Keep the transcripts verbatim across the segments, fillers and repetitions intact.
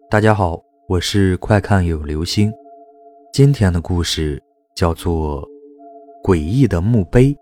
大家好，我是快看有流星。今天的故事叫做诡异的墓碑。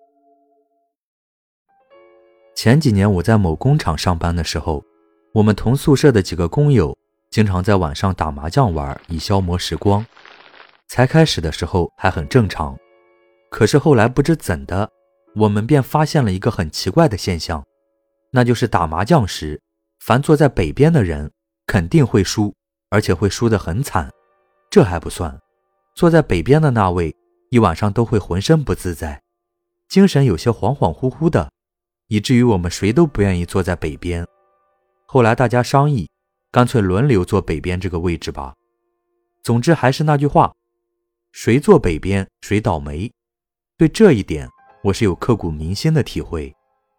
前几年我在某工厂上班的时候，我们同宿舍的几个工友经常在晚上打麻将玩，以消磨时光。才开始的时候还很正常，可是后来不知怎的，我们便发现了一个很奇怪的现象，那就是打麻将时，凡坐在北边的人肯定会输，而且会输得很惨。这还不算，坐在北边的那位一晚上都会浑身不自在，精神有些恍恍惚惚的，以至于我们谁都不愿意坐在北边。后来大家商议，干脆轮流坐北边这个位置吧。总之还是那句话，谁坐北边谁倒霉。对这一点我是有刻骨铭心的体会。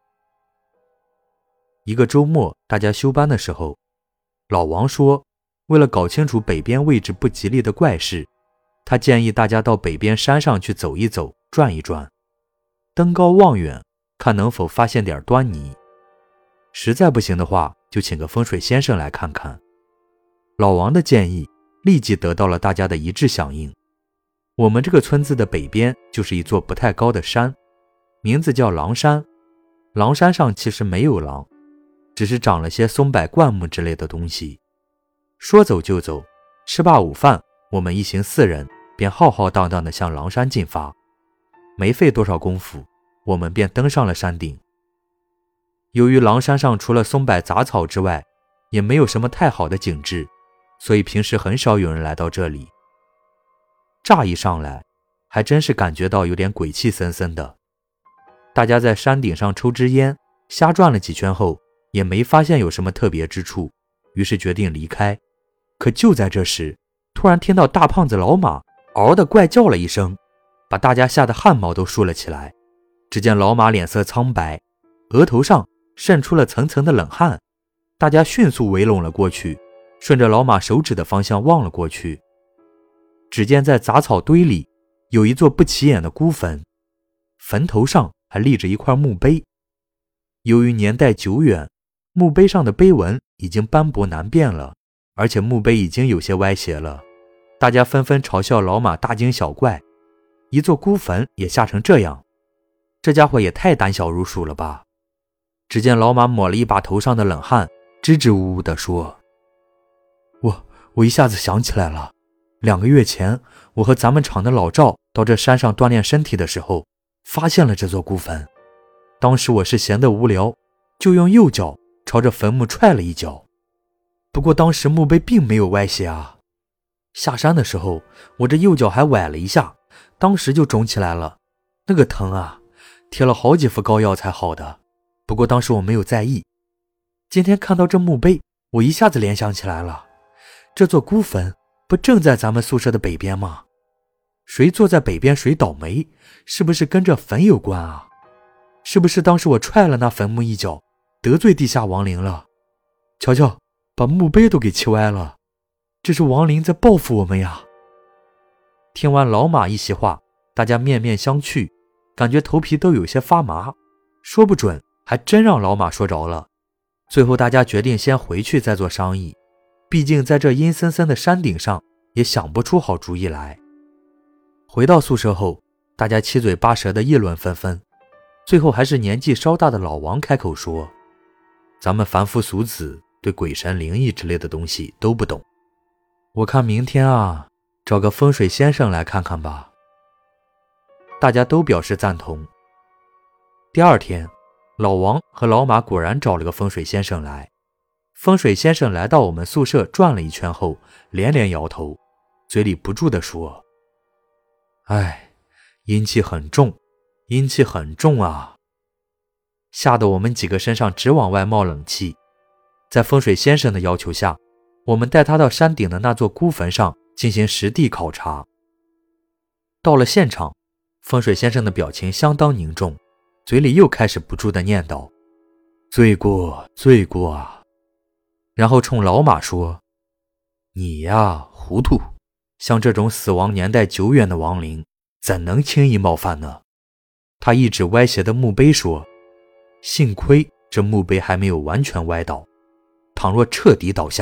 一个周末大家休班的时候，老王说为了搞清楚北边位置不吉利的怪事，他建议大家到北边山上去走一走，转一转，登高望远，看能否发现点端倪。实在不行的话，就请个风水先生来看看。老王的建议立即得到了大家的一致响应。我们这个村子的北边就是一座不太高的山，名字叫狼山。狼山上其实没有狼，只是长了些松柏灌木之类的东西。说走就走，吃罢午饭，我们一行四人便浩浩荡荡地向狼山进发。没费多少功夫，我们便登上了山顶。由于狼山上除了松柏杂草之外，也没有什么太好的景致，所以平时很少有人来到这里。乍一上来，还真是感觉到有点鬼气森森的。大家在山顶上抽支烟，瞎转了几圈后，也没发现有什么特别之处，于是决定离开。可就在这时，突然听到大胖子老马嗷地怪叫了一声，把大家吓得汗毛都竖了起来。只见老马脸色苍白，额头上渗出了层层的冷汗。大家迅速围拢了过去，顺着老马手指的方向望了过去。只见在杂草堆里有一座不起眼的孤坟，坟头上还立着一块墓碑。由于年代久远，墓碑上的碑文已经斑驳难辨了，而且墓碑已经有些歪斜了。大家纷纷嘲笑老马大惊小怪，一座孤坟也吓成这样，这家伙也太胆小如鼠了吧。只见老马抹了一把头上的冷汗，支支吾吾地说，我我一下子想起来了，两个月前我和咱们厂的老赵到这山上锻炼身体的时候，发现了这座孤坟。当时我是闲得无聊，就用右脚朝着坟墓踹了一脚，不过当时墓碑并没有歪斜啊。下山的时候，我这右脚还崴了一下，当时就肿起来了，那个疼啊，贴了好几副膏药才好的，不过当时我没有在意。今天看到这墓碑，我一下子联想起来了，这座孤坟不正在咱们宿舍的北边吗？谁坐在北边谁倒霉，是不是跟这坟有关啊？是不是当时我踹了那坟墓一脚，得罪地下亡灵了？瞧瞧，把墓碑都给气歪了，这是亡灵在报复我们呀！听完老马一席话，大家面面相觑，感觉头皮都有些发麻，说不准还真让老马说着了。最后大家决定先回去再做商议，毕竟在这阴森森的山顶上也想不出好主意来。回到宿舍后，大家七嘴八舌的议论纷纷，最后还是年纪稍大的老王开口说，咱们凡夫俗子对鬼神灵异之类的东西都不懂，我看明天啊，找个风水先生来看看吧。大家都表示赞同。第二天，老王和老马果然找了个风水先生来。风水先生来到我们宿舍转了一圈后，连连摇头，嘴里不住地说，哎，阴气很重，阴气很重啊。吓得我们几个身上直往外冒冷气。在风水先生的要求下，我们带他到山顶的那座孤坟上进行实地考察。到了现场，风水先生的表情相当凝重，嘴里又开始不住地念叨，罪过罪过啊。然后冲老马说，你呀糊涂，像这种死亡年代久远的亡灵怎能轻易冒犯呢？他一指歪斜的墓碑说，幸亏这墓碑还没有完全歪倒，倘若彻底倒下，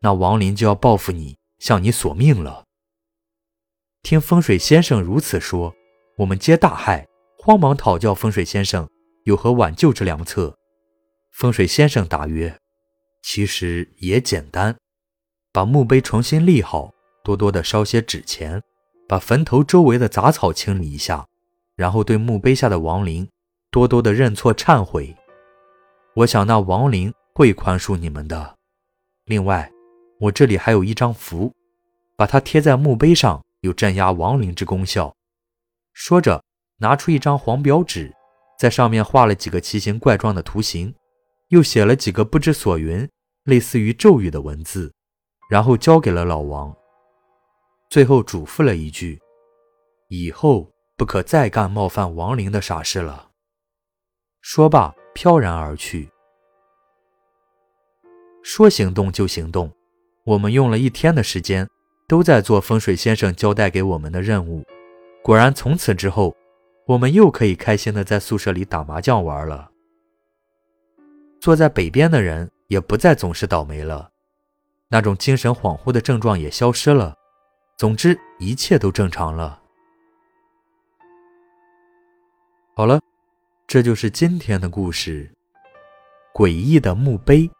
那亡灵就要报复你，向你索命了。”听风水先生如此说，我们皆大骇，慌忙讨教风水先生有何挽救之良策。风水先生答曰：“其实也简单，把墓碑重新立好，多多的烧些纸钱，把坟头周围的杂草清理一下，然后对墓碑下的亡灵多多的认错忏悔。我想那亡灵会宽恕你们的。另外，我这里还有一张符，把它贴在墓碑上，有镇压亡灵之功效。”说着拿出一张黄表纸，在上面画了几个奇形怪状的图形，又写了几个不知所云类似于咒语的文字，然后交给了老王。最后嘱咐了一句：“以后不可再干冒犯亡灵的傻事了。”说罢飘然而去。说行动就行动，我们用了一天的时间都在做风水先生交代给我们的任务。果然从此之后，我们又可以开心地在宿舍里打麻将玩了。坐在北边的人也不再总是倒霉了，那种精神恍惚的症状也消失了。总之一切都正常了。好了，这就是今天的故事，诡异的墓碑。